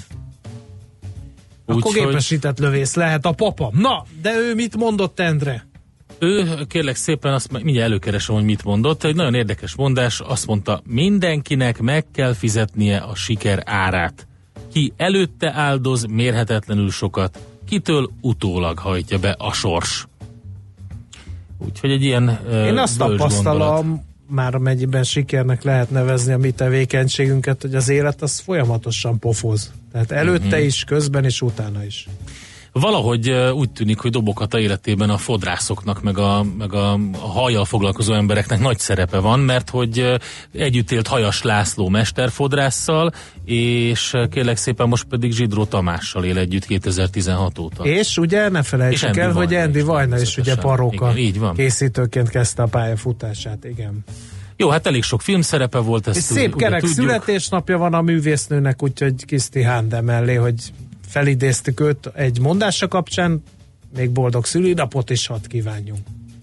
Akkor gépesített lövész lehet a papa. Na, de ő mit mondott, Endre? Ő, kérlek szépen, azt mindjárt előkeresem, hogy mit mondott. Egy nagyon érdekes mondás, azt mondta, mindenkinek meg kell fizetnie a siker árát. Ki előtte áldoz mérhetetlenül sokat, kitől utólag hajtja be a sors. Úgyhogy egy ilyen én azt tapasztalom, már amennyiben sikernek lehet nevezni a mi tevékenységünket, hogy az élet az folyamatosan pofoz. Tehát előtte is, közben és utána is. Valahogy úgy tűnik, hogy Dobó Kata életében a fodrászoknak, meg a hajjal foglalkozó embereknek nagy szerepe van, mert hogy együtt élt Hajas László mesterfodrásszal, és kérlek szépen most pedig Zsidró Tamással él együtt 2016 óta. És ugye ne felejtsük el, hogy Andy Vajna is ugye paróka készítőként kezdte a pályafutását, igen. Jó, hát elég sok filmszerepe volt. Ezt szép kerek születésnapja van a művésznőnek, úgyhogy Kiszti Hánde mellé, hogy felidéztük őt egy mondása kapcsán, még boldog szülinapot is hadd kívánjunk.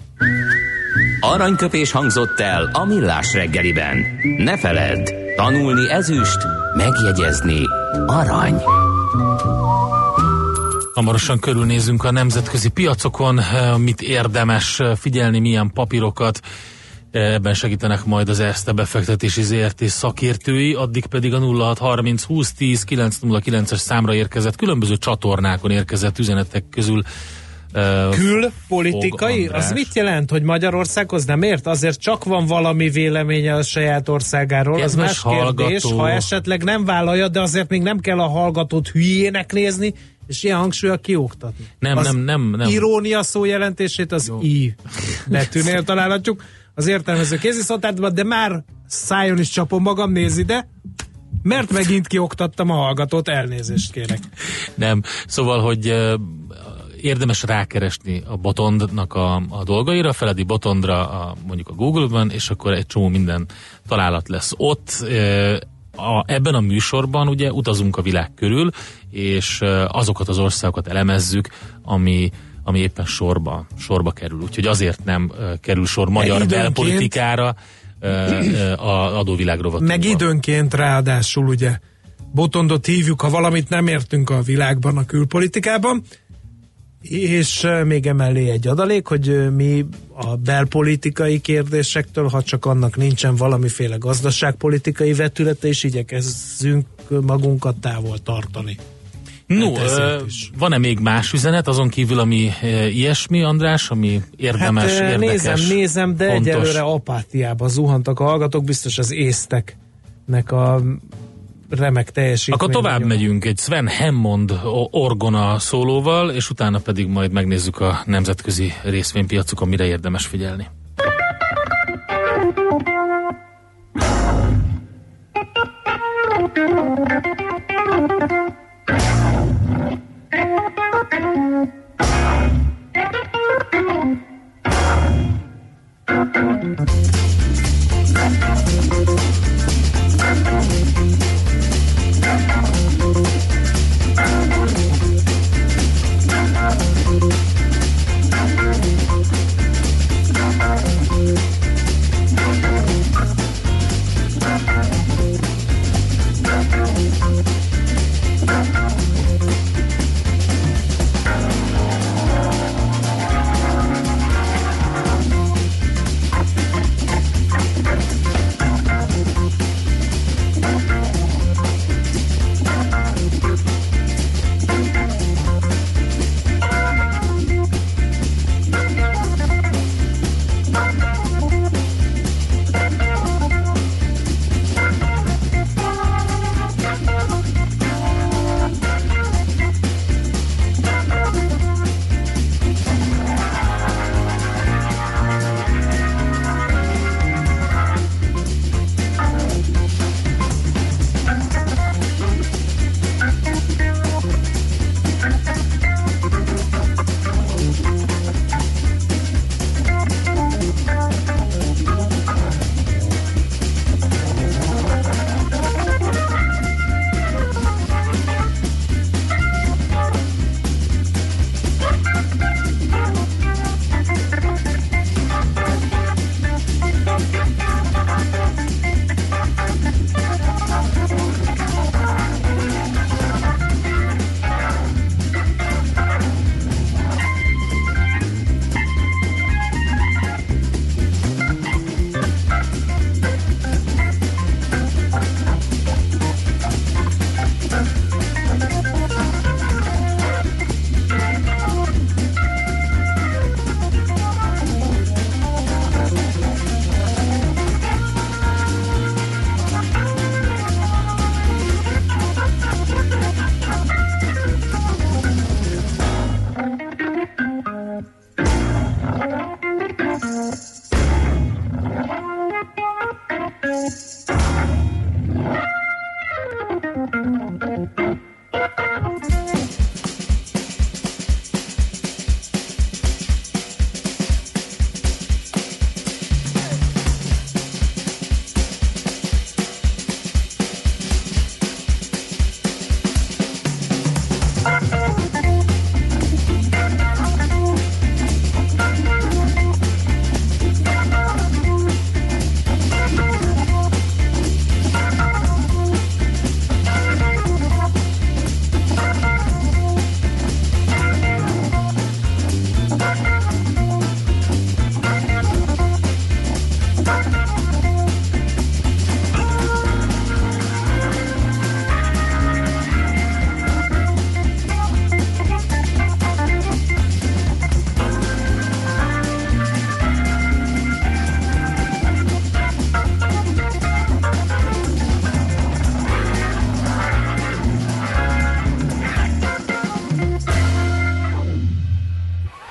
Aranyköpés hangzott el a Millás reggeliben. Ne feledd, tanulni ezüst, megjegyezni arany. Hamarosan körülnézünk a nemzetközi piacokon, mit érdemes figyelni, milyen papírokat. Ebben segítenek majd az Erste befektetési ZRT szakértői, addig pedig a 0630 2010 909-es számra érkezett, különböző csatornákon érkezett üzenetek közül külpolitikai? Az mit jelent, hogy Magyarországhoz nem ért? Azért csak van valami véleménye a saját országáról. Kedves az más kérdés, ha esetleg nem vállalja, de azért még nem kell a hallgatót hülyének nézni, és ilyen hangsúllyal kioktatni. Nem. Irónia szó jelentését az I betűnél találhatjuk az értelmező kéziszótárban, de már szájon is csapom magam, nézd ide, mert megint kioktattam a hallgatót, elnézést kérek. Nem, szóval, hogy érdemes rákeresni a Botondnak a dolgaira, Feledi Botondra mondjuk a Google-ban, és akkor egy csomó minden találat lesz ott. Ebben a műsorban ugye utazunk a világ körül, és azokat az országokat elemezzük, ami éppen sorba kerül. Úgyhogy azért nem kerül sor magyar belpolitikára a adóvilág rovatóban. Meg időnként ráadásul ugye Botondot hívjuk, ha valamit nem értünk a világban, a külpolitikában, és még emellé egy adalék, hogy mi a belpolitikai kérdésektől, ha csak annak nincsen valamiféle gazdaságpolitikai vetülete, és igyekezzünk magunkat távol tartani. No, van-e még más üzenet, azon kívül, ami ilyesmi, András, ami érdemes, érdekes, nézem, de fontos? egyelőre apátiába zuhantak a hallgatók, biztos az észteknek a remek teljesítmény. Akkor tovább megyünk egy Sven Hammond orgona szólóval, és utána pedig majd megnézzük a nemzetközi részvénypiacokon, mire érdemes figyelni.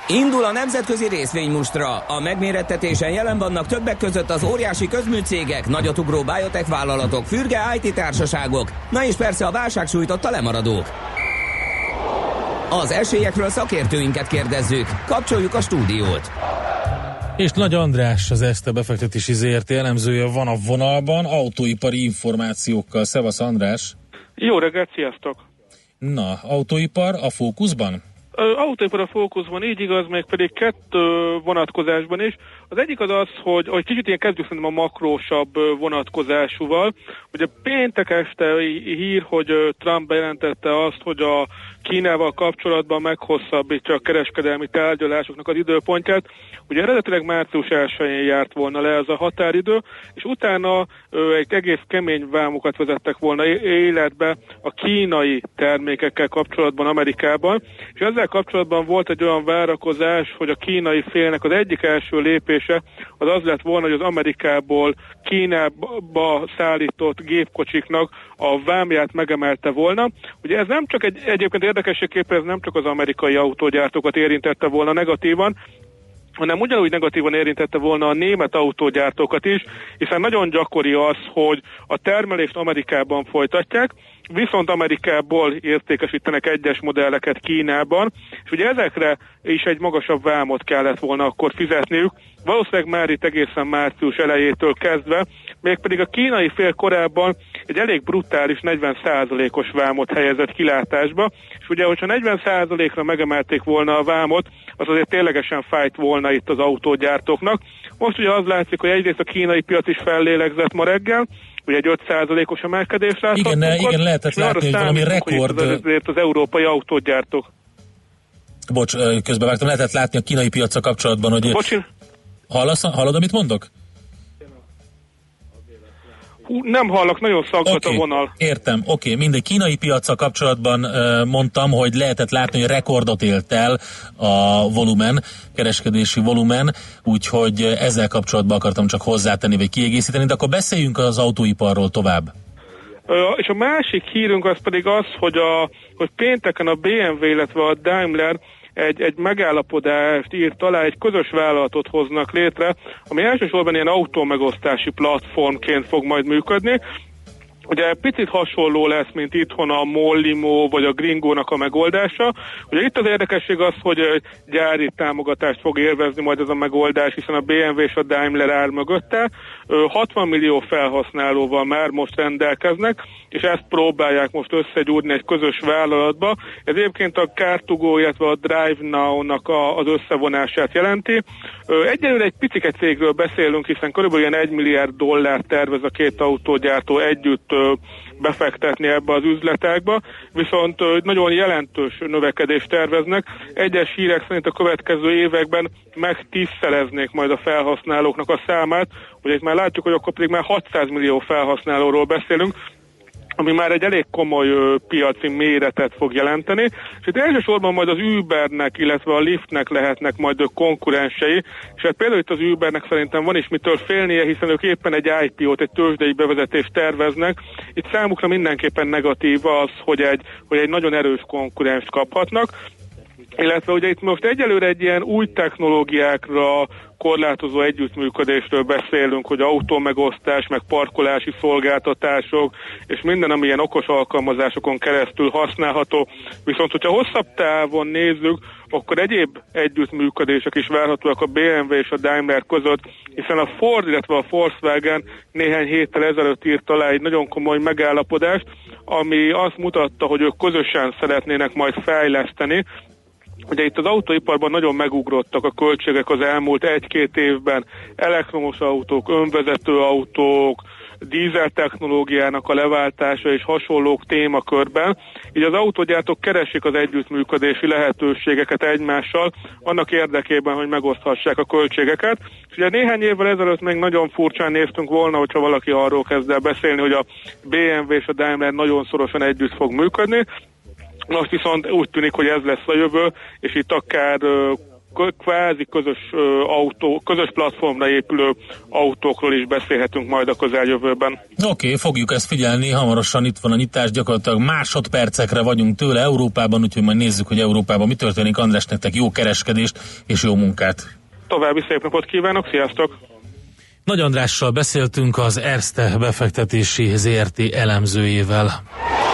Indul a nemzetközi részvénymustra. A megmérettetésen jelen vannak többek között az óriási közműcégek, nagyotugró biotech vállalatok, fürge IT társaságok, na és persze a válság sújtotta lemaradók. Az esélyekről szakértőinket kérdezzük. Kapcsoljuk a stúdiót. És Nagy András, az Erste befektetési ZRT elemzője van a vonalban, autóipari információkkal. Szevasz András! Jó reggelt, sziasztok! Na, autóipar a fókuszban? Autóipar a fókuszban, így igaz, meg pedig kettő vonatkozásban is. Az egyik az, hogy kicsit ilyen kezdjük szerintem a makrósabb vonatkozásúval. Ugye péntek este hír, hogy Trump bejelentette azt, hogy a Kínával kapcsolatban meghosszabbítja a kereskedelmi tárgyalásoknak az időpontját. Ugye eredetileg március 1-én járt volna le ez a határidő, és utána egy egész kemény vámokat vezettek volna életbe a kínai termékekkel kapcsolatban Amerikában, és ezzel kapcsolatban volt egy olyan várakozás, hogy a kínai félnek az egyik első lépése az lett volna, hogy az Amerikából Kínába szállított gépkocsiknak a vámját megemelte volna. Ugye ez nem csak egyébként érdekességképpen ez nem csak az amerikai autógyártókat érintette volna negatívan, hanem ugyanúgy negatívan érintette volna a német autógyártókat is, hiszen nagyon gyakori az, hogy a termelést Amerikában folytatják, viszont Amerikából értékesítenek egyes modelleket Kínában, és ugye ezekre is egy magasabb vámot kellett volna akkor fizetniük, valószínűleg már itt egészen március elejétől kezdve, mégpedig a kínai fél korábban egy elég brutális 40%-os vámot helyezett kilátásba, és ugye, hogyha 40%-ra megemelték volna a vámot, az azért ténylegesen fájt volna itt az autógyártóknak. Most ugye az látszik, hogy egyrészt a kínai piac is fellélegzett ma reggel, ugye egy 5%-os emelkedés láthatunk. Igen, lehetett látni, hogy valami rekord. Azért az európai autógyártók. Bocs, közbevágtam, lehetett látni a kínai piacra kapcsolatban, hogy... Hallod, amit mondok? Nem hallok, nagyon szaggat a vonal. Értem, mindegy. Kínai piaccal kapcsolatban mondtam, hogy lehetett látni, hogy rekordot élt el a volumen, kereskedési volumen, úgyhogy ezzel kapcsolatban akartam csak hozzátenni, vagy kiegészíteni, de akkor beszéljünk az autóiparról tovább. És a másik hírünk az pedig az, hogy pénteken a BMW, illetve a Daimler egy megállapodást írt alá, egy közös vállalatot hoznak létre, ami elsősorban ilyen autómegosztási platformként fog majd működni. Ugye picit hasonló lesz, mint itthon a Mollimo vagy a Gringónak a megoldása. Ugye itt az érdekesség az, hogy gyári támogatást fog élvezni majd ez a megoldás, hiszen a BMW és a Daimler áll mögötte. 60 millió felhasználóval már most rendelkeznek, és ezt próbálják most összegyúrni egy közös vállalatba. Ez egyébként a Car2Go, illetve a DriveNow-nak az összevonását jelenti. Egyelőre egy picike cégről beszélünk, hiszen körülbelül ilyen $1 milliárd tervez a két autógyártó együtt befektetni ebbe az üzletekbe, viszont nagyon jelentős növekedést terveznek. Egyes hírek szerint a következő években megtízszereznék majd a felhasználóknak a számát, ugye itt már látjuk, hogy akkor pedig már 600 millió felhasználóról beszélünk, ami már egy elég komoly piaci méretet fog jelenteni, és itt elsősorban majd az Ubernek, illetve a Lyftnek lehetnek majd konkurensei, és hát például itt az Ubernek szerintem van is mitől félnie, hiszen ők éppen egy IPO-t, egy tőzsdei bevezetést terveznek. Itt számukra mindenképpen negatív az, hogy egy nagyon erős konkurenst kaphatnak, illetve ugye itt most egyelőre egy ilyen új technológiákra korlátozó együttműködésről beszélünk, hogy autómegosztás, meg parkolási szolgáltatások, és minden, ami ilyen okos alkalmazásokon keresztül használható. Viszont, hogyha hosszabb távon nézzük, akkor egyéb együttműködések is várhatóak a BMW és a Daimler között, hiszen a Ford, illetve a Volkswagen néhány héttel ezelőtt írt alá egy nagyon komoly megállapodást, ami azt mutatta, hogy ők közösen szeretnének majd fejleszteni. Ugye itt az autóiparban nagyon megugrottak a költségek az elmúlt 1-2 évben, elektromos autók, önvezető autók, dízel technológiának a leváltása és hasonlók témakörben. Így az autógyártók keresik az együttműködési lehetőségeket egymással, annak érdekében, hogy megoszthassák a költségeket. És ugye néhány évvel ezelőtt még nagyon furcsán néztünk volna, hogyha valaki arról kezd el beszélni, hogy a BMW és a Daimler nagyon szorosan együtt fog működni. Most viszont úgy tűnik, hogy ez lesz a jövő, és itt akár kvázi közös platformra épülő autókról is beszélhetünk majd a közeljövőben. Oké, fogjuk ezt figyelni, hamarosan itt van a nyitás, gyakorlatilag másodpercekre vagyunk tőle Európában, úgyhogy majd nézzük, hogy Európában mi történik. András, nektek jó kereskedést és jó munkát! További szép napot kívánok, sziasztok! Nagy Andrással beszéltünk, az Erste befektetési ZRT elemzőjével.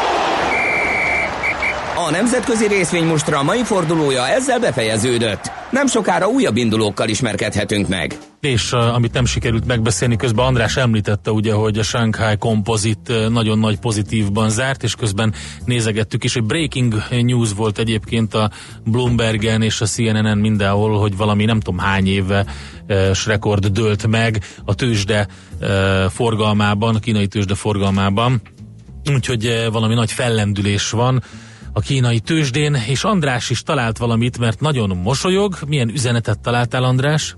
A nemzetközi részvénymustra mai fordulója ezzel befejeződött. Nem sokára újabb indulókkal ismerkedhetünk meg. És amit nem sikerült megbeszélni, közben András említette ugye, hogy a Shanghai Composite nagyon nagy pozitívban zárt, és közben nézegettük is, hogy breaking news volt egyébként a Bloombergen és a CNN-en mindenhol, hogy valami nem tudom hány éve rekord dőlt meg a tőzsde forgalmában, a kínai tőzsde forgalmában. Úgyhogy valami nagy fellendülés van a kínai tőzsdén, és András is talált valamit, mert nagyon mosolyog. Milyen üzenetet találtál, András?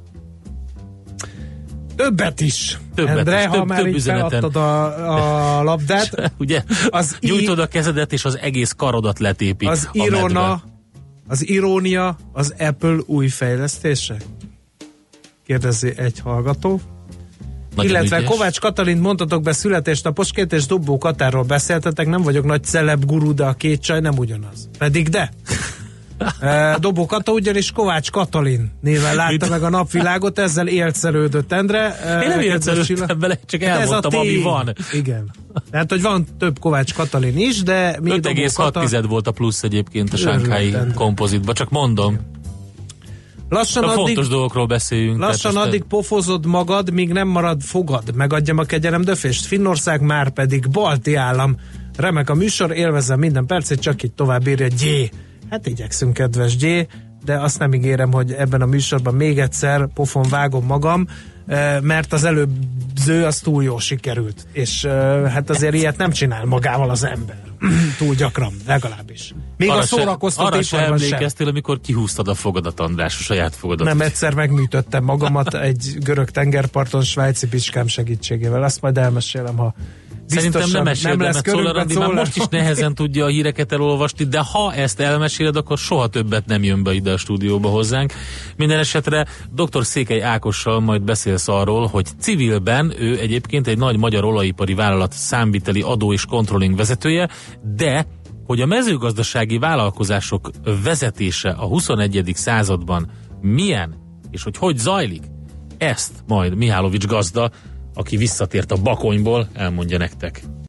Többet is. Többet ha már így feladtad a labdát. Ugye, nyújtod a kezedet, és az egész karodat letépik az irónia az Apple új fejlesztése? Kérdezi egy hallgató. Nagyon illetve ügyes. Kovács Katalint mondtatok be születésnaposkét, és Dobó Katárról beszéltetek, nem vagyok nagy celeb guru, de a két csaj nem ugyanaz. Pedig de. Dobó Kata ugyanis Kovács Katalin néven látta meg a napvilágot, ezzel élcelődött Endre. Én nem élcelődtem vele, csak elmondtam, ami van. Igen. Tehát, hogy van több Kovács Katalin is, de... 5,6 volt a plusz egyébként a Shanghai Composite-ba, csak mondom. Fontos dolgokról beszéljünk. Lassan addig pofozod magad, míg nem marad fogad. Megadjam a kegyelem döfést. Finnország már pedig balti állam. Remek a műsor, élvezem minden percét, csak így tovább írja G. Hát igyekszünk, kedves G, de azt nem ígérem, hogy ebben a műsorban még egyszer pofon vágom magam, mert az előző az túl jól sikerült. És hát azért ilyet nem csinál magával az ember. Túl gyakran, legalábbis. Még arra a szórakoztató arra sem emlékeztél, amikor kihúztad a fogadat, András, a saját fogadat. Nem, egyszer megműtöttem magamat egy görög tengerparton svájci bicskám segítségével. Azt majd elmesélem, ha szerintem nem meséled, mert Czoller Andi már most is nehezen tudja a híreket elolvasni, de ha ezt elmeséled, akkor soha többet nem jön be ide a stúdióba hozzánk. Minden esetre dr. Székely Ákossal majd beszélsz arról, hogy civilben ő egyébként egy nagy magyar olajipari vállalat számviteli adó és controlling vezetője, de hogy a mezőgazdasági vállalkozások vezetése a 21. században milyen, és hogy zajlik, ezt majd Mihálovics gazda, aki visszatért a Bakonyból, elmondja nektek.